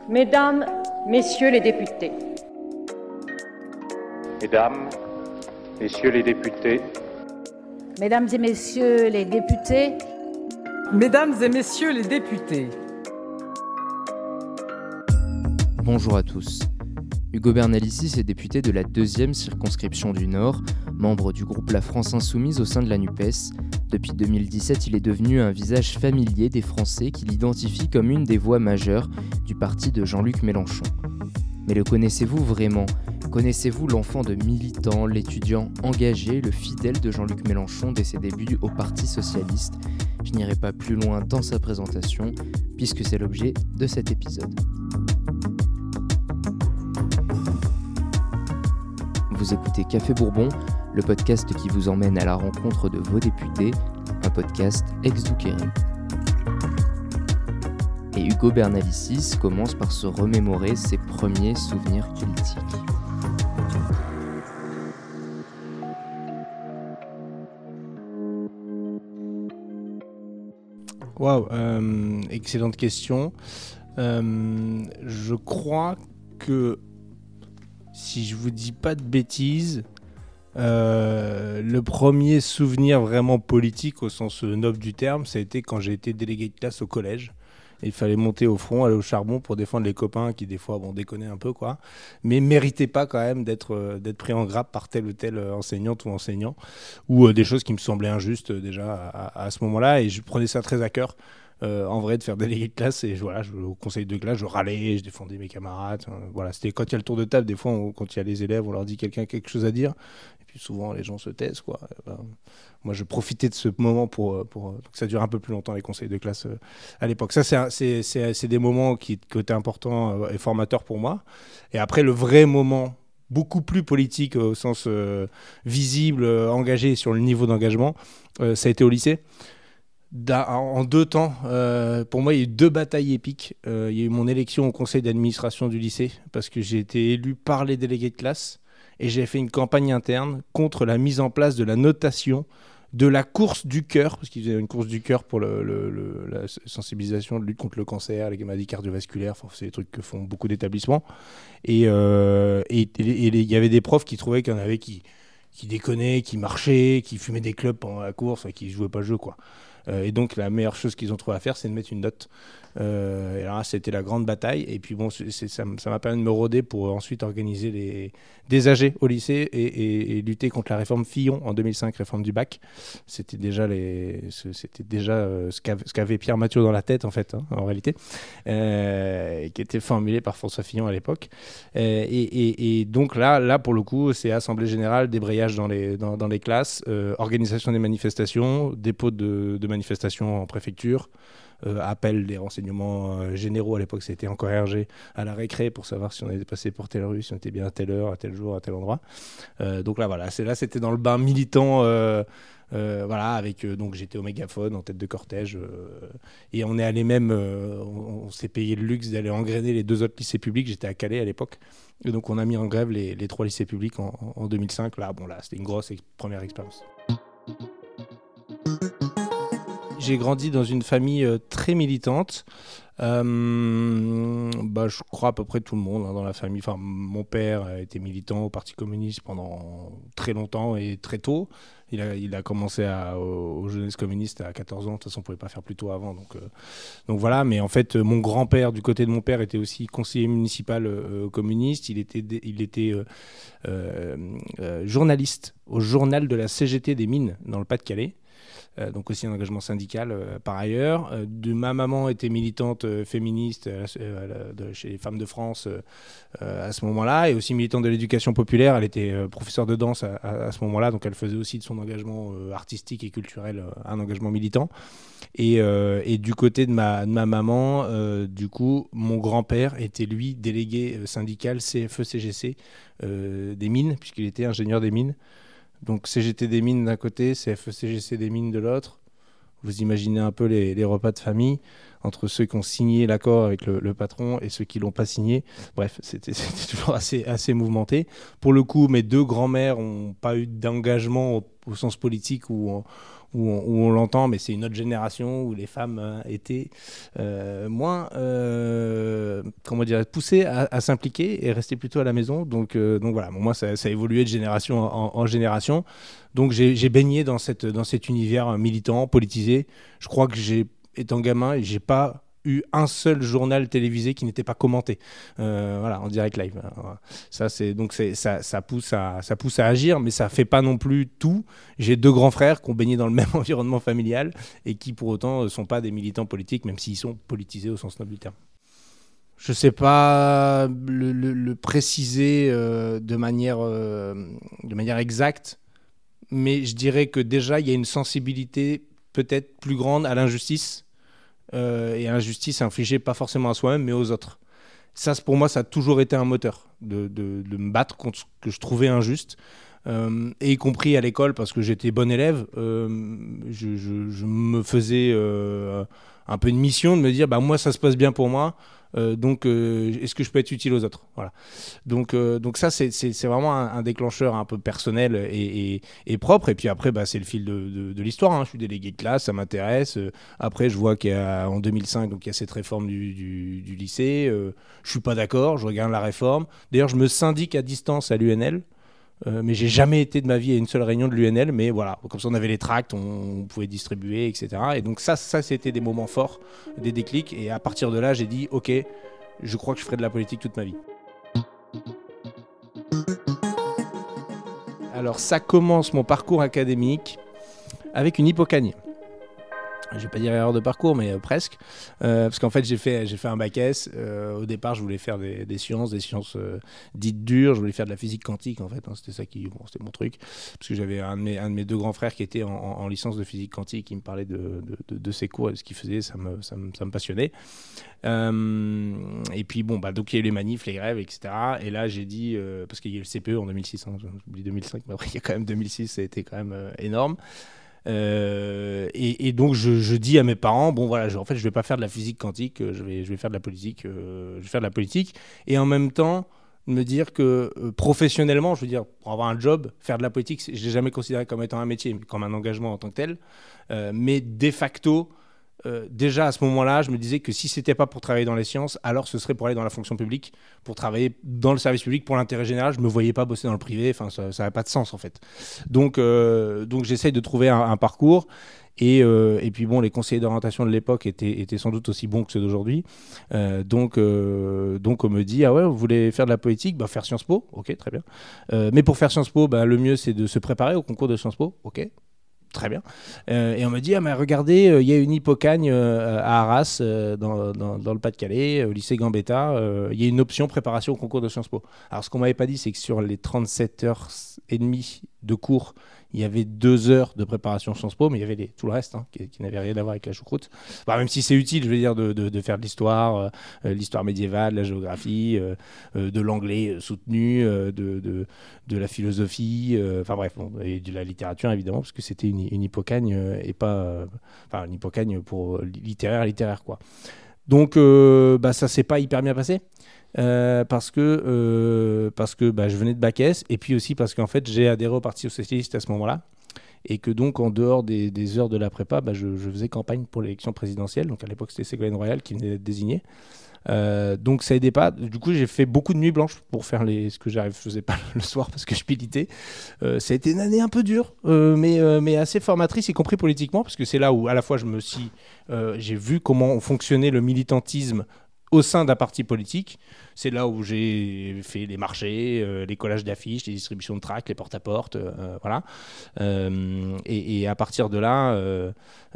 Mesdames, Messieurs les députés. Mesdames, Messieurs les députés. Mesdames et Messieurs les députés. Mesdames et Messieurs les députés. Bonjour à tous. Hugo Bernalicis est député de la 2e circonscription du Nord, membre du groupe La France Insoumise au sein de la NUPES. Depuis 2017, il est devenu un visage familier des Français qui l'identifient comme une des voix majeures du parti de Jean-Luc Mélenchon. Mais le connaissez-vous vraiment ? Connaissez-vous l'enfant de militant, l'étudiant engagé, le fidèle de Jean-Luc Mélenchon dès ses débuts au Parti Socialiste ? Je n'irai pas plus loin dans sa présentation, puisque c'est l'objet de cet épisode. Vous écoutez Café Bourbon, le podcast qui vous emmène à la rencontre de vos députés, un podcast ex-Doukéry. Et Hugo Bernalicis commence par se remémorer ses premiers souvenirs politiques. Waouh, excellente question. Je crois que, si je vous dis pas de bêtises, le premier souvenir vraiment politique au sens noble du terme, ça a été quand j'ai été délégué de classe au collège. Il fallait monter au front, aller au charbon pour défendre les copains qui des fois déconnaient un peu, quoi, mais méritaient pas quand même d'être pris en grappe par telle ou telle enseignante ou enseignant, ou des choses qui me semblaient injustes déjà à ce moment-là, et je prenais ça très à cœur. En vrai, de faire délégué de classe, et au conseil de classe, je râlais, je défendais mes camarades. Voilà, c'était quand il y a le tour de table, des fois, quand il y a les élèves, on leur dit quelqu'un a quelque chose à dire, et puis souvent les gens se taisent, quoi. Moi, je profitais de ce moment pour que ça dure un peu plus longtemps, les conseils de classe à l'époque. Ça, c'est des moments qui étaient importants et formateurs pour moi. Et après, le vrai moment beaucoup plus politique au sens visible, engagé sur le niveau d'engagement, ça a été au lycée. En 2 temps, pour moi, il y a eu 2 batailles épiques. Il y a eu mon élection au conseil d'administration du lycée, parce que j'ai été élu par les délégués de classe, et j'ai fait une campagne interne contre la mise en place de la notation de la course du cœur, parce qu'ils faisaient une course du cœur pour la sensibilisation de lutte contre le cancer, les maladies cardiovasculaires, c'est des trucs que font beaucoup d'établissements. Et il y avait des profs qui trouvaient qu'il y en avait qui déconnaient, qui marchaient, qui fumaient des clubs pendant la course, qui jouaient pas le jeu, quoi. Et donc la meilleure chose qu'ils ont trouvé à faire, c'est de mettre une note. Et alors c'était la grande bataille. Et puis ça m'a permis de me rôder pour ensuite organiser des AG au lycée et lutter contre la réforme Fillon en 2005, réforme du bac. C'était déjà ce qu'avait Pierre Mathieu dans la tête, en fait, en réalité, qui était formulé par François Fillon à l'époque. Et donc là pour le coup, c'est assemblée générale, débrayage dans les classes, organisation des manifestations, dépôt de manifestations en préfecture, appel des renseignements généraux, à l'époque c'était encore RG, à la récré pour savoir si on était passé pour telle rue, si on était bien à telle heure, à tel jour, à tel endroit. Donc là c'était dans le bain militant, donc j'étais au mégaphone en tête de cortège, et on est allé même, on s'est payé le luxe d'aller engrainer les 2 autres lycées publics. J'étais à Calais à l'époque, et donc on a mis en grève les 3 lycées publics en 2005. Là c'était une grosse première expérience. J'ai grandi dans une famille très militante. Je crois à peu près tout le monde dans la famille. Enfin, mon père était militant au Parti communiste pendant très longtemps et très tôt. Il a commencé aux jeunesses communistes à 14 ans. De toute façon, on ne pouvait pas faire plus tôt avant. Donc voilà. Mais en fait, mon grand-père, du côté de mon père, était aussi conseiller municipal communiste. Il était journaliste au journal de la CGT des Mines dans le Pas-de-Calais. Donc aussi un engagement syndical par ailleurs. Ma maman était militante féministe chez les Femmes de France à ce moment-là, et aussi militante de l'éducation populaire. Elle était professeure de danse à ce moment-là, donc elle faisait aussi de son engagement artistique et culturel un engagement militant. Et du côté de ma maman, du coup, mon grand-père était lui délégué syndical CFE-CGC des mines, puisqu'il était ingénieur des mines. Donc CGT des mines d'un côté, CFE-CGC des mines de l'autre. Vous imaginez un peu les repas de famille entre ceux qui ont signé l'accord avec le patron et ceux qui ne l'ont pas signé. Bref, c'était toujours assez mouvementé. Pour le coup, mes 2 grands-mères n'ont pas eu d'engagement au sens politique où on l'entend, mais c'est une autre génération où les femmes étaient moins poussé à s'impliquer et rester plutôt à la maison. Donc voilà, moi ça a évolué de génération en génération. Donc j'ai baigné dans cet univers militant, politisé. Je crois que étant gamin, j'ai pas eu un seul journal télévisé qui n'était pas commenté, en direct live. Ça pousse à agir, mais ça fait pas non plus tout. J'ai 2 grands frères qui ont baigné dans le même environnement familial et qui pour autant sont pas des militants politiques, même s'ils sont politisés au sens noble du terme. Je sais pas le préciser de manière exacte, mais je dirais que déjà il y a une sensibilité peut-être plus grande à l'injustice. Et à l'injustice infligée pas forcément à soi-même mais aux autres. Ça, pour moi, ça a toujours été un moteur de me battre contre ce que je trouvais injuste, et y compris à l'école parce que j'étais bon élève. Je me faisais un peu une mission de me dire moi ça se passe bien pour moi, donc est-ce que je peux être utile aux autres, voilà. Donc ça c'est vraiment un déclencheur un peu personnel et propre. Et puis après c'est le fil de l'histoire, hein. Je suis délégué de classe, ça m'intéresse. Après je vois qu'en 2005 donc il y a cette réforme du lycée, je suis pas d'accord, je regarde la réforme. D'ailleurs je me syndique à distance à l'UNL. Mais j'ai jamais été de ma vie à une seule réunion de l'UNL, mais voilà, comme ça on avait les tracts, on pouvait distribuer, etc. Et donc ça c'était des moments forts, des déclics, et à partir de là j'ai dit ok, je crois que je ferai de la politique toute ma vie. Alors ça commence mon parcours académique avec une hypocagne. Je vais pas dire erreur de parcours, mais presque. Parce qu'en fait, j'ai fait un bac S. Au départ, je voulais faire des sciences dites dures. Je voulais faire de la physique quantique, en fait. Hein, c'était mon truc. Parce que j'avais un de mes 2 grands frères qui était en licence de physique quantique, qui me parlait de ses cours et de ce qu'il faisait. Ça me passionnait. Et puis, donc il y a eu les manifs, les grèves, etc. Et là, j'ai dit, parce qu'il y a eu le CPE en 2006, hein, j'oublie 2005, mais après, il y a quand même 2006, ça a été quand même énorme. Et donc je dis à mes parents en fait je vais pas faire de la physique quantique, je vais faire de la politique, et en même temps me dire que professionnellement, je veux dire, pour avoir un job, faire de la politique, je l'ai jamais considéré comme étant un métier, mais comme un engagement en tant que tel, mais de facto déjà à ce moment-là, je me disais que si c'était pas pour travailler dans les sciences, alors ce serait pour aller dans la fonction publique, pour travailler dans le service public pour l'intérêt général. Je me voyais pas bosser dans le privé, enfin ça n'avait pas de sens en fait. Donc j'essaye de trouver un parcours, et puis les conseillers d'orientation de l'époque étaient sans doute aussi bons que ceux d'aujourd'hui. Donc on me dit vous voulez faire de la politique, faire Sciences Po, ok, très bien. Mais pour faire Sciences Po, le mieux c'est de se préparer au concours de Sciences Po, ok. Très bien. Et on me dit mais regardez, il y a une hypocagne à Arras, dans le Pas-de-Calais, au lycée Gambetta. Il y a une option préparation au concours de Sciences Po. Alors ce qu'on m'avait pas dit, c'est que sur les 37h30 de cours, il y avait 2 heures de préparation Sciences Po, mais il y avait tout le reste qui n'avait rien à voir avec la choucroute. Même si c'est utile, je veux dire, de faire de l'histoire, l'histoire médiévale, la géographie, de l'anglais soutenu, de la philosophie, et de la littérature évidemment, parce que c'était une hypocagne et pas, une hypocagne pour littéraire quoi. Donc ça s'est pas hyper bien passé. Parce que je venais de bac S, et puis aussi parce qu'en fait j'ai adhéré au Parti socialiste à ce moment-là, et que donc en dehors des heures de la prépa, je faisais campagne pour l'élection présidentielle. Donc à l'époque c'était Ségolène Royal qui venait d'être désignée. Donc ça aidait pas. Du coup j'ai fait beaucoup de nuits blanches pour faire ce que je faisais pas le soir parce que je militais. Ça a été une année un peu dure, mais assez formatrice, y compris politiquement, parce que c'est là où à la fois j'ai vu comment fonctionnait le militantisme au sein d'un parti politique. C'est là où j'ai fait les marchés, les collages d'affiches, les distributions de tracts, les porte-à-porte, voilà. Et à partir de là,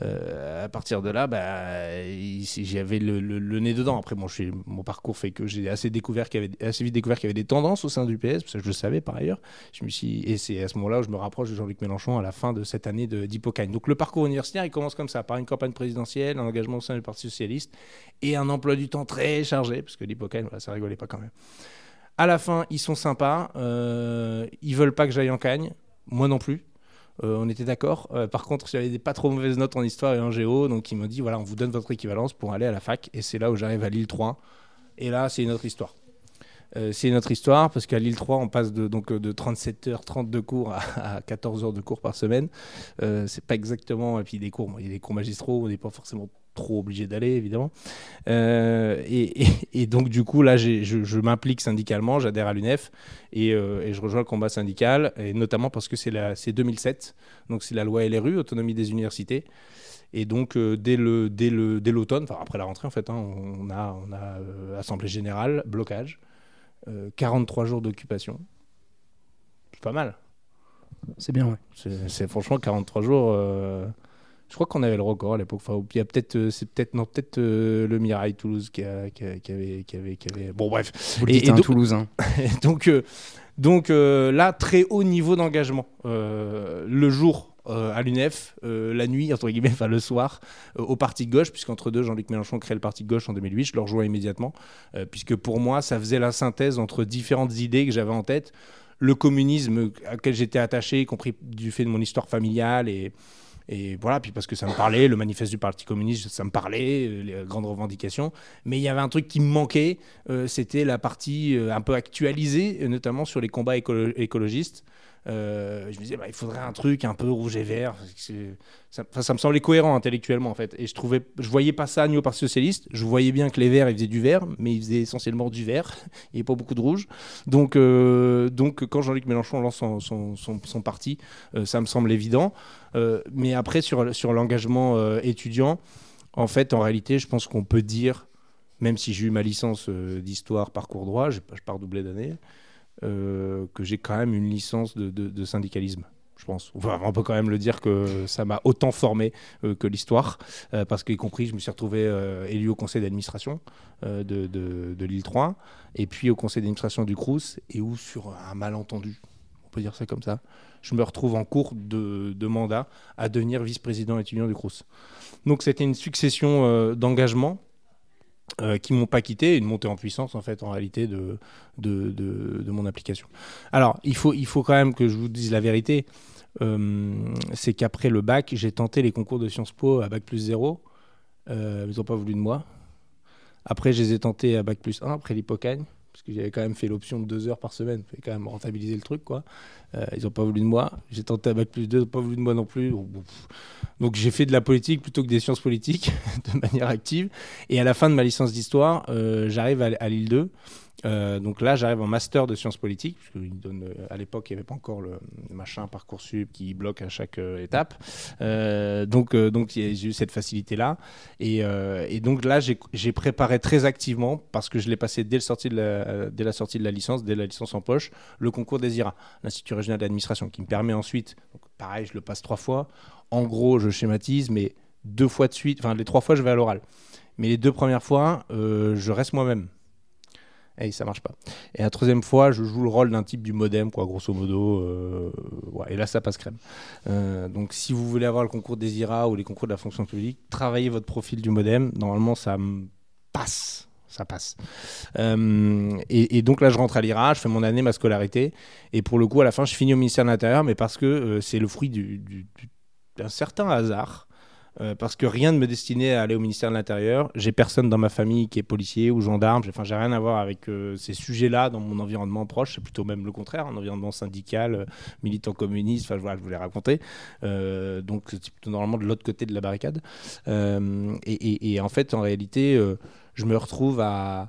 j'avais le nez dedans. Après, mon parcours fait que j'ai assez vite découvert qu'il y avait des tendances au sein du PS, parce que je le savais par ailleurs. Et c'est à ce moment-là où je me rapproche de Jean-Luc Mélenchon à la fin de cette année d'hypocagne. Donc le parcours universitaire, il commence comme ça, par une campagne présidentielle, un engagement au sein du Parti socialiste, et un emploi du temps très chargé, parce que l'hypocagne, ça rigolait pas quand même. À la fin, ils sont sympas, ils veulent pas que j'aille en Cagne, moi non plus. On était d'accord. Par contre, j'avais des pas trop mauvaises notes en histoire et en géo, donc ils m'ont dit on vous donne votre équivalence pour aller à la fac, et c'est là où j'arrive à Lille 3. Et là, c'est une autre histoire. C'est une autre histoire, parce qu'à Lille 3, on passe de 37h30 de cours à 14 heures de cours par semaine. C'est pas exactement. Et puis il y a des cours magistraux, on n'est pas forcément trop obligé d'aller, évidemment. Et donc, du coup, là, je m'implique syndicalement, j'adhère à l'UNEF et je rejoins le combat syndical, et notamment parce que c'est 2007, donc c'est la loi LRU, autonomie des universités. Et donc, dès l'automne, enfin après la rentrée, en fait, on a assemblée générale, blocage, 43 jours d'occupation. C'est pas mal. C'est bien, ouais. C'est franchement 43 jours. Je crois qu'on avait le record à l'époque. Enfin, il y a peut-être le Mirail Toulouse qui avait. Bon, bref. Vous le dites, un Toulousain. Donc là, très haut niveau d'engagement. Le jour à l'UNEF, la nuit, entre guillemets, enfin le soir, au Parti de gauche, puisqu'entre deux, Jean-Luc Mélenchon crée le Parti de gauche en 2008. Je le rejoins immédiatement, puisque pour moi, ça faisait la synthèse entre différentes idées que j'avais en tête. Le communisme auquel j'étais attaché, y compris du fait de mon histoire familiale, et voilà, puis parce que ça me parlait, le manifeste du Parti communiste, ça me parlait, les grandes revendications. Mais il y avait un truc qui me manquait, c'était la partie un peu actualisée, notamment sur les combats écologistes. Je me disais, il faudrait un truc un peu rouge et vert. Ça me semblait cohérent intellectuellement, en fait. Et je voyais pas ça ni au Parti socialiste. Je voyais bien que les verts, ils faisaient du vert, mais ils faisaient essentiellement du vert. Il n'y avait pas beaucoup de rouge. Donc quand Jean-Luc Mélenchon lance son parti, ça me semble évident. Mais après, sur l'engagement étudiant, en fait, en réalité, je pense qu'on peut dire, même si j'ai eu ma licence d'histoire parcours droit, je n'ai pas redoublé d'année, que j'ai quand même une licence de syndicalisme, je pense. Enfin, on peut quand même le dire que ça m'a autant formé que l'histoire, parce qu'y compris, je me suis retrouvé élu au conseil d'administration de Lille 3, et puis au conseil d'administration du Crous, et où, sur un malentendu, on peut dire ça comme ça, je me retrouve en cours de mandat à devenir vice-président étudiant du Crous. Donc c'était une succession d'engagements qui m'ont pas quitté, une montée en puissance en fait en réalité de mon application. Alors il faut quand même que je vous dise la vérité, c'est qu'après le bac, j'ai tenté les concours de Sciences Po à bac plus 0, ils n'ont pas voulu de moi. Après je les ai tentés à bac plus 1 après l'hypocagne, parce que j'avais quand même fait l'option de 2 heures par semaine, il fallait quand même rentabiliser le truc, quoi. Ils n'ont pas voulu de moi. J'ai tenté à bac plus 2, ils n'ont pas voulu de moi non plus. Donc j'ai fait de la politique plutôt que des sciences politiques de manière active. Et à la fin de ma licence d'histoire, j'arrive à Lille 2. Donc là, j'arrive en master de sciences politiques, parce à l'époque, il n'y avait pas encore le machin Parcoursup qui bloque à chaque étape. Donc j'ai eu cette facilité-là. Et donc là, j'ai préparé très activement, parce que je l'ai passé dès la sortie de la licence, dès la licence en poche, le concours des IRA, l'Institut régional d'administration, qui me permet ensuite, donc pareil, je le passe 3 fois. En gros, je schématise, mais 2 fois de suite, enfin les 3 fois, je vais à l'oral. Mais les 2 premières fois, je reste moi-même. Et ça marche pas. Et la 3e fois, je joue le rôle d'un type du modem, quoi, grosso modo. Ouais, et là, ça passe crème. Donc, si vous voulez avoir le concours des IRA ou les concours de la fonction publique, travaillez votre profil du modem. Normalement, ça passe. Ça passe. Et donc là, je rentre à l'IRA, je fais mon année, ma scolarité. Et pour le coup, à la fin, je finis au ministère de l'Intérieur, mais parce que c'est le fruit d'un certain hasard. Parce que rien ne me destinait à aller au ministère de l'Intérieur. J'ai personne dans ma famille qui est policier ou gendarme. J'ai rien à voir avec ces sujets-là dans mon environnement proche. C'est plutôt même le contraire, un environnement syndical, militant communiste. Enfin, voilà, je vous l'ai raconté. Donc, c'est plutôt normalement de l'autre côté de la barricade. Et en fait, en réalité, je me retrouve à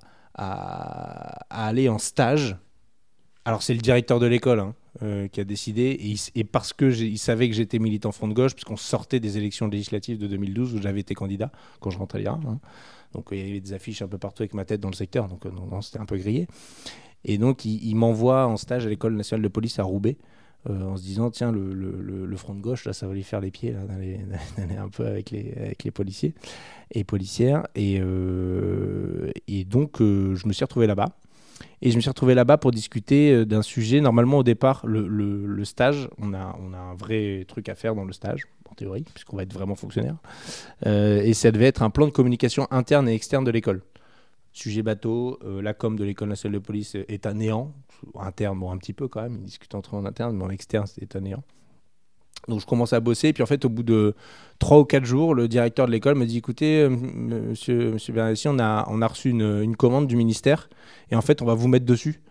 aller en stage. Alors, c'est le directeur de l'école qui a décidé, et parce qu'il savait que j'étais militant Front de gauche, puisqu'on sortait des élections législatives de 2012 où j'avais été candidat quand je rentrais à l'IRA. Donc, il y avait des affiches un peu partout avec ma tête dans le secteur, donc non, c'était un peu grillé. Et donc, il m'envoie en stage à l'École nationale de police à Roubaix, en se disant, tiens, le Front de gauche, là, ça va lui faire les pieds, là, d'aller un peu avec les policiers et policières. Et donc, je me suis retrouvé là-bas. Et je me suis retrouvé là-bas pour discuter d'un sujet. Normalement, au départ, le stage, on a un vrai truc à faire dans le stage, en théorie, puisqu'on va être vraiment fonctionnaire. Et ça devait être un plan de communication interne et externe de l'école. Sujet bateau, la com de l'École nationale de police est à néant. Interne, bon, un petit peu quand même, ils discutent entre eux en interne, mais en externe, c'est à néant. Donc je commence à bosser, et puis en fait au bout de 3 ou 4 jours, le directeur de l'école me dit, écoutez, monsieur Bernassi, on a reçu une commande du ministère, et en fait on va vous mettre dessus.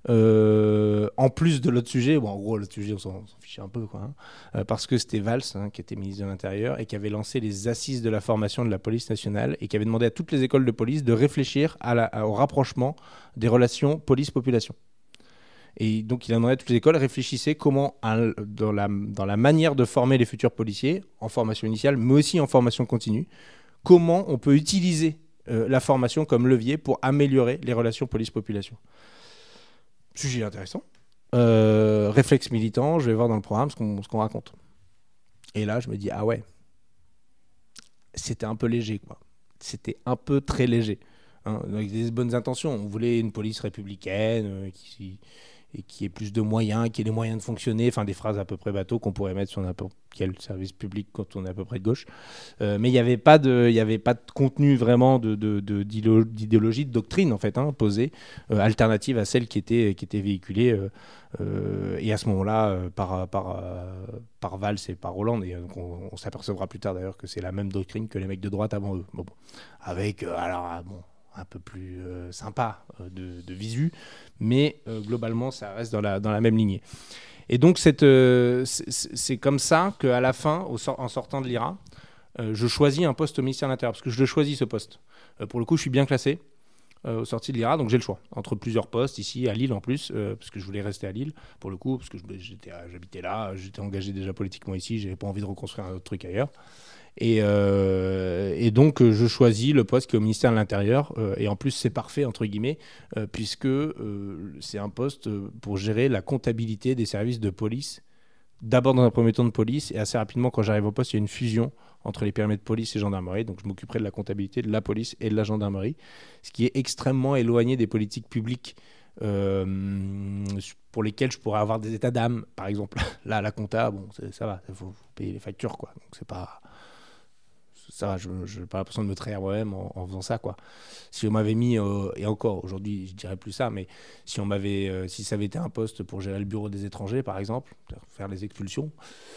En plus de l'autre sujet, en gros, l'autre sujet, on s'en fichait un peu, quoi, parce que c'était Valls, qui était ministre de l'Intérieur, et qui avait lancé les assises de la formation de la police nationale, et qui avait demandé à toutes les écoles de police de réfléchir au rapprochement des relations police-population. Et donc, il a demandé à toutes les écoles, réfléchissez comment, dans la manière de former les futurs policiers, en formation initiale, mais aussi en formation continue, comment on peut utiliser la formation comme levier pour améliorer les relations police-population. Sujet intéressant. Réflexe militant, je vais voir dans le programme ce qu'on raconte. Et là, je me dis, ah ouais, c'était un peu léger, quoi. C'était un peu très léger. Avec des bonnes intentions. On voulait une police républicaine qui ait plus de moyens, qui ait les moyens de fonctionner, enfin des phrases à peu près bateau qu'on pourrait mettre sur n'importe quel service public quand on est à peu près de gauche. Mais il n'y avait pas de contenu vraiment d'idéologie, de doctrine en fait, posée, alternative à celle qui était véhiculée. Et à ce moment-là, par Valls et par Hollande. Et donc on s'apercevra plus tard d'ailleurs que c'est la même doctrine que les mecs de droite avant eux. Bon. Avec, un peu plus sympa de visu, mais globalement, ça reste dans la même lignée. Et donc, c'est comme ça qu'à la fin, en sortant de l'IRA, je choisis un poste au ministère de l'Intérieur, parce que je le choisis, ce poste. Pour le coup, je suis bien classé au sorti de l'IRA, donc j'ai le choix entre plusieurs postes, ici, à Lille en plus, parce que je voulais rester à Lille, pour le coup, parce que j'habitais là, j'étais engagé déjà politiquement ici, j'avais pas envie de reconstruire un autre truc ailleurs. Et donc, je choisis le poste qui est au ministère de l'Intérieur. Et en plus, c'est parfait, entre guillemets, puisque c'est un poste pour gérer la comptabilité des services de police. D'abord dans un premier temps de police. Et assez rapidement, quand j'arrive au poste, il y a une fusion entre les périmètres de police et gendarmerie. Donc, je m'occuperai de la comptabilité de la police et de la gendarmerie. Ce qui est extrêmement éloigné des politiques publiques pour lesquelles je pourrais avoir des états d'âme, par exemple. Là, la compta, ça va. Il faut payer les factures, quoi. Donc, c'est pas... Ça va, je n'ai pas l'impression de me trahir moi-même en faisant ça, quoi. Si on m'avait mis, et encore, aujourd'hui, je dirais plus ça, mais si ça avait été un poste pour gérer le bureau des étrangers, par exemple, faire les expulsions,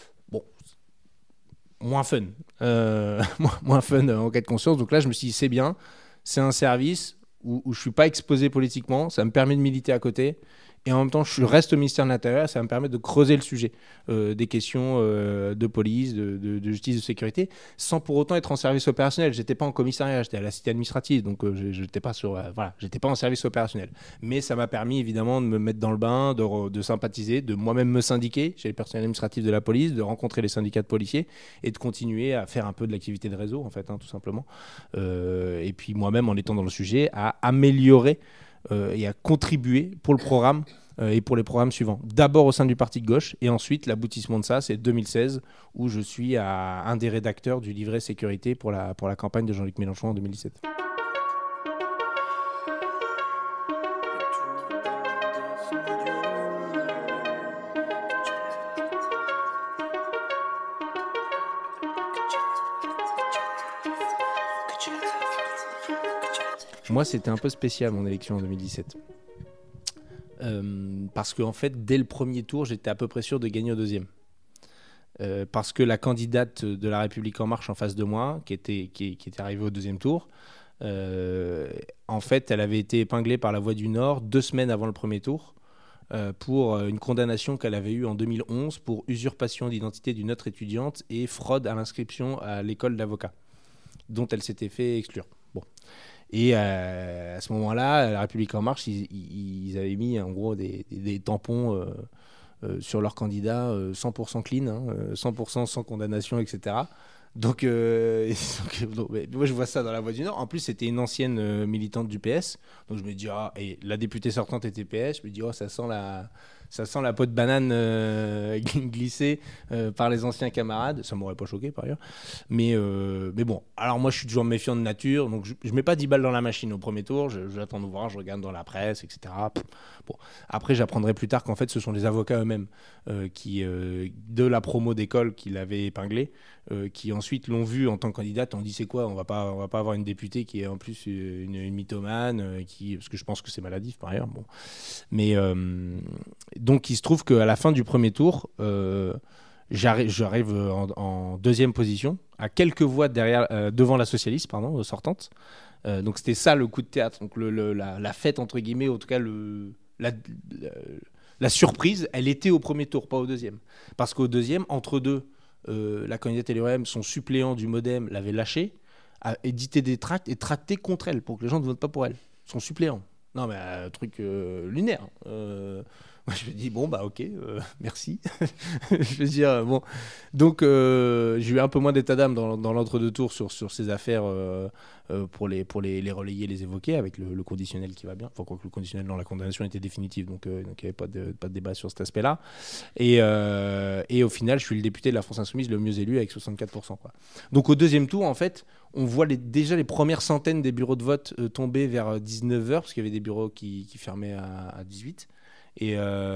moins fun. Moins fun en cas de conscience. Donc là, je me suis dit, c'est bien, c'est un service où je ne suis pas exposé politiquement, ça me permet de militer à côté. Et en même temps, je reste au ministère de l'Intérieur, ça me permet de creuser le sujet des questions de police, de justice, de sécurité, sans pour autant être en service opérationnel. J'étais pas en commissariat, j'étais à la cité administrative, donc j'étais pas j'étais pas en service opérationnel. Mais ça m'a permis évidemment de me mettre dans le bain, de sympathiser, de moi-même me syndiquer chez les personnels administratifs de la police, de rencontrer les syndicats de policiers et de continuer à faire un peu de l'activité de réseau, en fait, tout simplement. Et puis moi-même, en étant dans le sujet, à améliorer et à contribuer pour le programme et pour les programmes suivants. D'abord au sein du parti de gauche et ensuite l'aboutissement de ça, c'est 2016 où je suis un des rédacteurs du livret sécurité pour la campagne de Jean-Luc Mélenchon en 2017. Moi, c'était un peu spécial, mon élection en 2017. Parce qu'en fait, dès le premier tour, j'étais à peu près sûr de gagner au deuxième. Parce que la candidate de La République En Marche en face de moi, qui était arrivée au deuxième tour, en fait, elle avait été épinglée par La Voix du Nord 2 semaines avant le premier tour pour une condamnation qu'elle avait eue en 2011 pour usurpation d'identité d'une autre étudiante et fraude à l'inscription à l'école d'avocat, dont elle s'était fait exclure. Bon. Et à ce moment-là, La République En Marche, ils avaient mis en gros des tampons sur leurs candidats 100% clean, 100% sans condamnation, etc. Donc, moi je vois ça dans La Voix du Nord. En plus, c'était une ancienne militante du PS. Donc je me dis, et la députée sortante était PS. Je me dis, ça sent la peau de banane glissée par les anciens camarades. Ça m'aurait pas choqué par ailleurs. Mais bon, alors moi je suis toujours méfiant de nature. Donc je mets pas 10 balles dans la machine au premier tour. J'attends de voir, je regarde dans la presse, etc. Bon. Après, j'apprendrai plus tard qu'en fait ce sont les avocats eux-mêmes qui, de la promo d'école qui l'avaient épinglé, qui ensuite l'ont vu en tant que candidate. On dit, c'est quoi, on va pas avoir une députée qui est en plus une mythomane, parce que je pense que c'est maladif par ailleurs. Bon. Mais donc il se trouve qu'à la fin du premier tour, j'arrive en deuxième position, à quelques voix devant la socialiste, sortante. Donc c'était ça le coup de théâtre, donc la fête entre guillemets, en tout cas la surprise, elle était au premier tour, pas au deuxième. Parce qu'au deuxième, entre deux, la candidate LREM, son suppléant du MoDem, l'avait lâché, a édité des tracts et tracté contre elle pour que les gens ne votent pas pour elle. Son suppléant. Non, mais un truc lunaire. Moi, je me dis, bon, bah, ok, merci. Je veux dire, bon. Donc, j'ai eu un peu moins d'état d'âme dans l'entre-deux tours sur ces affaires pour les relayer, les évoquer, avec le conditionnel qui va bien. Enfin, quoique le conditionnel dans la condamnation était définitive, donc il n'y avait pas de débat sur cet aspect-là. Et au final, je suis le député de la France Insoumise le mieux élu avec 64%. Quoi. Donc, au deuxième tour, en fait, on voit déjà les premières centaines des bureaux de vote tomber vers 19h, parce qu'il y avait des bureaux qui fermaient à 18h. Et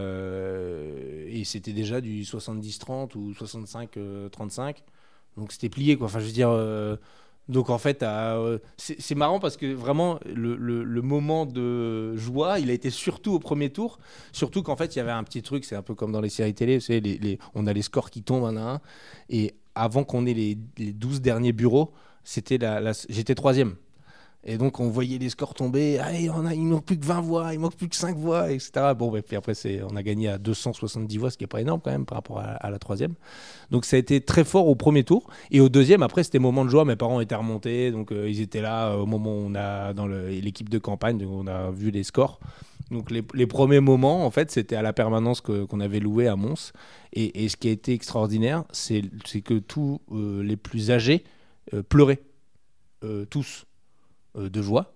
c'était déjà du 70-30 ou 65-35. Donc c'était plié, quoi. Enfin, je veux dire... donc en fait, c'est marrant parce que vraiment, le moment de joie, il a été surtout au premier tour. Surtout qu'en fait, il y avait un petit truc, c'est un peu comme dans les séries télé, vous savez, on a les scores qui tombent un à un. Et avant qu'on ait les 12 derniers bureaux, j'étais 3e. Et donc, on voyait les scores tomber. Allez, il manque plus que 20 voix, il manque plus que 5 voix, etc. Bon, puis après, on a gagné à 270 voix, ce qui n'est pas énorme quand même par rapport à la 3e. Donc, ça a été très fort au premier tour. Et au deuxième, après, c'était moment de joie. Mes parents étaient remontés. Donc, ils étaient là au moment où on a, dans l'équipe de campagne, donc on a vu les scores. Donc, les premiers moments, en fait, c'était à la permanence qu'on avait louée à Mons. Et ce qui a été extraordinaire, c'est que tous les plus âgés pleuraient. Tous. De joie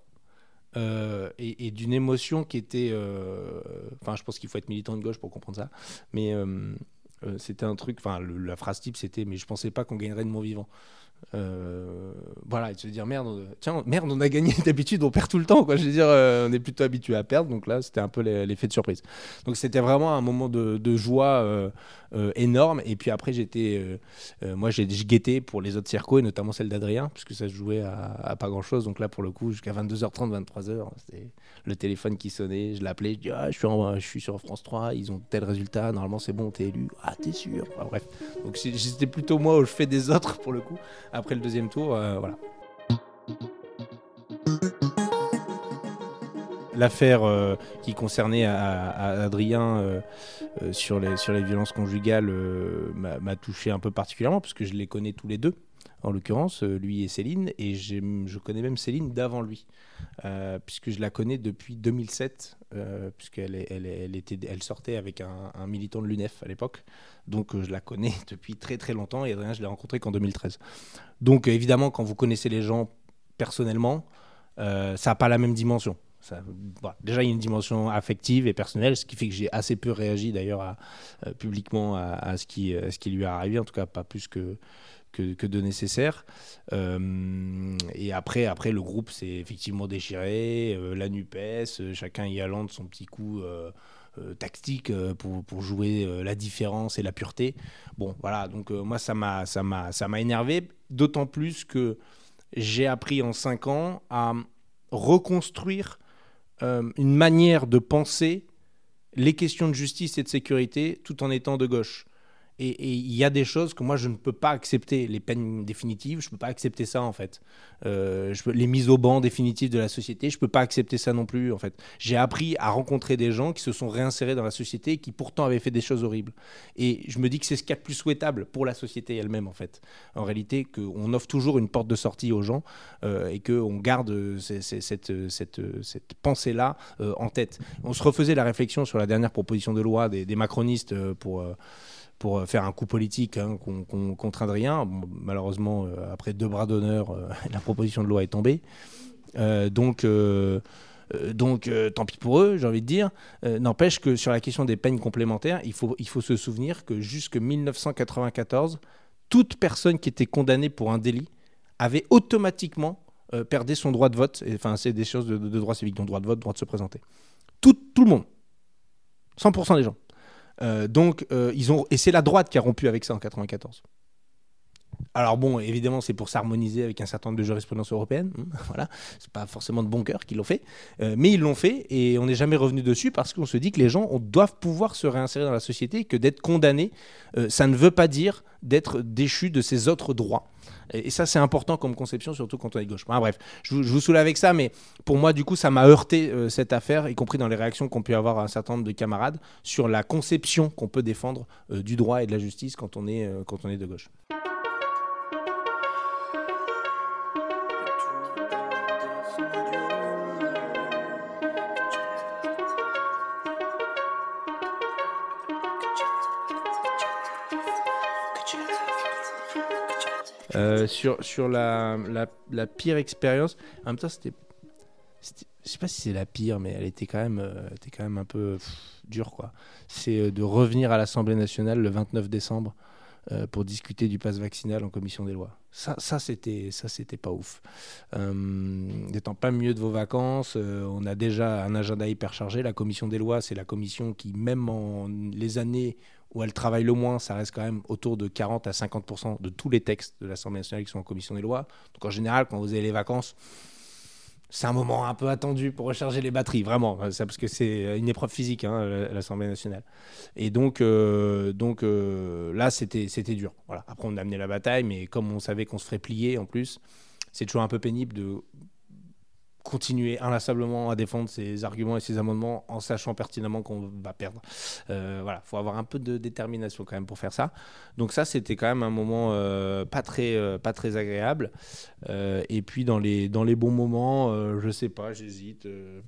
et d'une émotion qui était... Enfin, je pense qu'il faut être militant de gauche pour comprendre ça, mais c'était un truc... Enfin, la phrase type, c'était « mais je pensais pas qu'on gagnerait de mon vivant ». Voilà, et de se dire merde, on a gagné. D'habitude on perd tout le temps, quoi. Je veux dire, on est plutôt habitué à perdre, donc là c'était un peu l'effet de surprise. Donc c'était vraiment un moment de joie énorme. Et puis après moi j'ai guetté pour les autres circos et notamment celle d'Adrien, puisque ça se jouait à pas grand chose. Donc là pour le coup jusqu'à 22h30, 23h, c'était le téléphone qui sonnait, je l'appelais, je dis je suis sur France 3, ils ont tel résultat, normalement c'est bon, t'es élu, t'es sûr, enfin, bref. Donc c'était plutôt moi où je fais des autres pour le coup. Après le deuxième tour, voilà. L'affaire qui concernait à Adrien sur les violences conjugales m'a touché un peu particulièrement, parce que je les connais tous les deux, en l'occurrence, lui et Céline, et je connais même Céline d'avant lui, puisque je la connais depuis 2007, puisqu'elle elle sortait avec un militant de l'UNEF à l'époque, donc je la connais depuis très très longtemps, et Adrien, je l'ai rencontré qu'en 2013. Donc évidemment, quand vous connaissez les gens personnellement, ça n'a pas la même dimension. Déjà, il y a une dimension affective et personnelle, ce qui fait que j'ai assez peu réagi d'ailleurs publiquement à ce qui lui est arrivé, en tout cas pas plus que de nécessaire. Et après, le groupe s'est effectivement déchiré, la NUPES, chacun y allant de son petit coup tactique pour jouer la différence et la pureté. Bon, voilà, donc moi ça m'a énervé, d'autant plus que j'ai appris en 5 ans à reconstruire une manière de penser les questions de justice et de sécurité tout en étant de gauche. Et il y a des choses que moi je ne peux pas accepter, les peines définitives, je ne peux pas accepter ça en fait. Les mises au banc définitives de la société, je ne peux pas accepter ça non plus en fait. J'ai appris à rencontrer des gens qui se sont réinsérés dans la société et qui pourtant avaient fait des choses horribles. Et je me dis que c'est ce qu'il y a de plus souhaitable pour la société elle-même en fait. En réalité, qu'on offre toujours une porte de sortie aux gens et qu'on garde cette pensée-là en tête. On se refaisait la réflexion sur la dernière proposition de loi des macronistes pour faire un coup politique contre Adrien. Bon, malheureusement, après 2 bras d'honneur, la proposition de loi est tombée. Donc, tant pis pour eux, j'ai envie de dire. N'empêche que sur la question des peines complémentaires, il faut se souvenir que jusqu'en 1994, toute personne qui était condamnée pour un délit avait automatiquement perdu son droit de vote. Enfin, c'est des choses de droit civique, dont droit de vote, droit de se présenter. Tout le monde. 100% des gens. Et c'est la droite qui a rompu avec ça en 94. Alors bon, évidemment, c'est pour s'harmoniser avec un certain nombre de jurisprudences européennes. Voilà, c'est pas forcément de bon cœur qu'ils l'ont fait, mais ils l'ont fait et on n'est jamais revenu dessus parce qu'on se dit que les gens doivent pouvoir se réinsérer dans la société, que d'être condamné, ça ne veut pas dire d'être déchu de ses autres droits. Et ça, c'est important comme conception, surtout quand on est de gauche. Enfin, bref, je vous saoule avec ça, mais pour moi, du coup, ça m'a heurté cette affaire, y compris dans les réactions qu'ont pu avoir un certain nombre de camarades sur la conception qu'on peut défendre du droit et de la justice quand on est de gauche. Sur la pire expérience, en même temps, c'était, je sais pas si c'est la pire, mais elle était quand même un peu dure, quoi. C'est de revenir à l'Assemblée nationale le 29 décembre pour discuter du pass vaccinal en commission des lois. Ça c'était pas ouf. N'étant pas mieux de vos vacances, on a déjà un agenda hyper chargé. La commission des lois, c'est la commission qui, même en les années où elle travaille le moins, ça reste quand même autour de 40 à 50% de tous les textes de l'Assemblée nationale qui sont en commission des lois. Donc en général, quand vous avez les vacances, c'est un moment un peu attendu pour recharger les batteries, vraiment. C'est parce que c'est une épreuve physique, l'Assemblée nationale. Et donc là, c'était dur. Voilà. Après, on a amené la bataille, mais comme on savait qu'on se ferait plier, en plus, c'est toujours un peu pénible de continuer inlassablement à défendre ses arguments et ses amendements en sachant pertinemment qu'on va perdre. Voilà, faut avoir un peu de détermination quand même pour faire ça. Donc ça, c'était quand même un moment pas très agréable. Et puis dans les bons moments, je sais pas, j'hésite.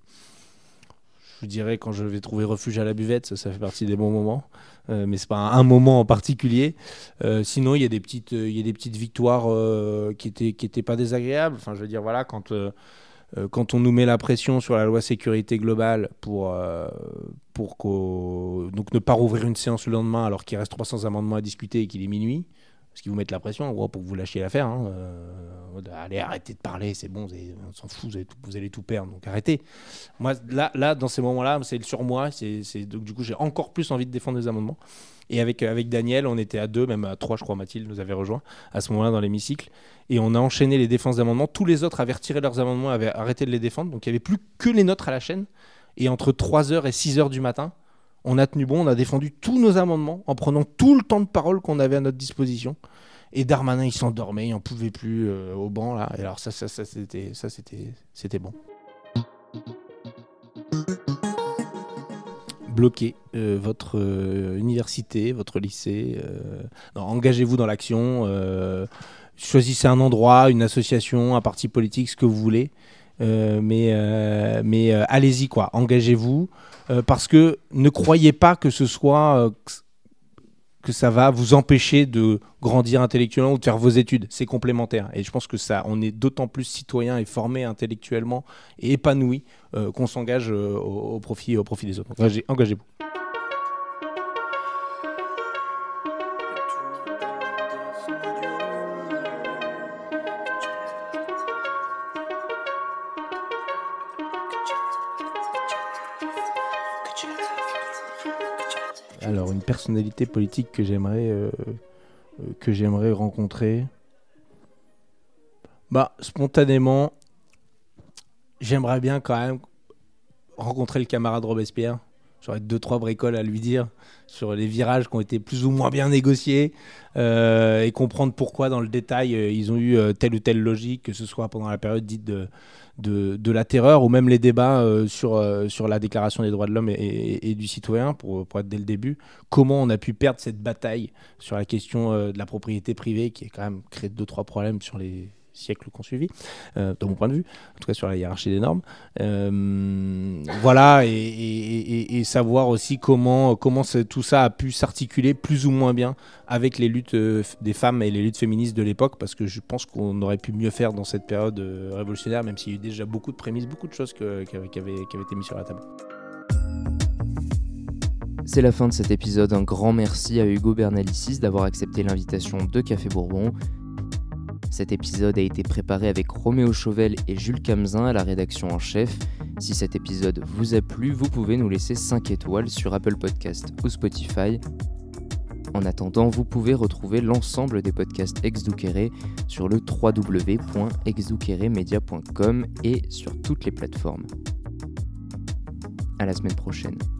Je dirais quand je vais trouver refuge à la buvette, ça fait partie des bons moments. Mais c'est pas un moment en particulier. Sinon, il y a des petites victoires qui étaient pas désagréables. Enfin, je veux dire, voilà, quand on nous met la pression sur la loi sécurité globale pour donc ne pas rouvrir une séance le lendemain alors qu'il reste 300 amendements à discuter et qu'il est minuit, parce qu'ils vous mettent la pression en gros pour que vous lâchiez l'affaire. Allez, arrêtez de parler, c'est bon, on s'en fout, vous allez tout perdre, donc arrêtez. Moi, là dans ces moments-là, c'est sur moi, donc du coup j'ai encore plus envie de défendre les amendements. Et avec Daniel, on était à 2, même à 3, je crois, Mathilde nous avait rejoint à ce moment-là dans l'hémicycle. Et on a enchaîné les défenses d'amendements. Tous les autres avaient retiré leurs amendements, avaient arrêté de les défendre. Donc il n'y avait plus que les nôtres à la chaîne. Et entre 3h et 6h du matin, on a tenu bon, on a défendu tous nos amendements en prenant tout le temps de parole qu'on avait à notre disposition. Et Darmanin, il s'endormait, il n'en pouvait plus au banc, là. Et alors ça c'était bon. Bloquez votre université, votre lycée. Engagez-vous dans l'action. Choisissez un endroit, une association, un parti politique, ce que vous voulez. Mais allez-y, quoi. Engagez-vous. Parce que ne croyez pas que ce soit... que ça va vous empêcher de grandir intellectuellement ou de faire vos études. C'est complémentaire. Et je pense que on est d'autant plus citoyen et formé intellectuellement et épanoui qu'on s'engage au profit des autres. Donc, engagez-vous. Alors, une personnalité politique que j'aimerais rencontrer. Spontanément, j'aimerais bien quand même rencontrer le camarade Robespierre. J'aurais 2-3 bricoles à lui dire sur les virages qui ont été plus ou moins bien négociés et comprendre pourquoi dans le détail ils ont eu telle ou telle logique, que ce soit pendant la période dite de la terreur ou même les débats sur la déclaration des droits de l'homme et du citoyen pour être dès le début. Comment on a pu perdre cette bataille sur la question de la propriété privée qui a quand même créé 2-3 problèmes sur les siècles qu'on suivi, de mon point de vue, en tout cas sur la hiérarchie des normes. Voilà, et savoir aussi comment tout ça a pu s'articuler plus ou moins bien avec les luttes des femmes et les luttes féministes de l'époque, parce que je pense qu'on aurait pu mieux faire dans cette période révolutionnaire, même s'il y a eu déjà beaucoup de prémices, beaucoup de choses qui avaient été mises sur la table. C'est la fin de cet épisode. Un grand merci à Hugo Bernalicis d'avoir accepté l'invitation de Café Bourbon. Cet épisode a été préparé avec Roméo Chauvel et Jules Camzin à la rédaction en chef. Si cet épisode vous a plu, vous pouvez nous laisser 5 étoiles sur Apple Podcasts ou Spotify. En attendant, vous pouvez retrouver l'ensemble des podcasts Exduquere sur le www.exduqueremedia.com et sur toutes les plateformes. À la semaine prochaine.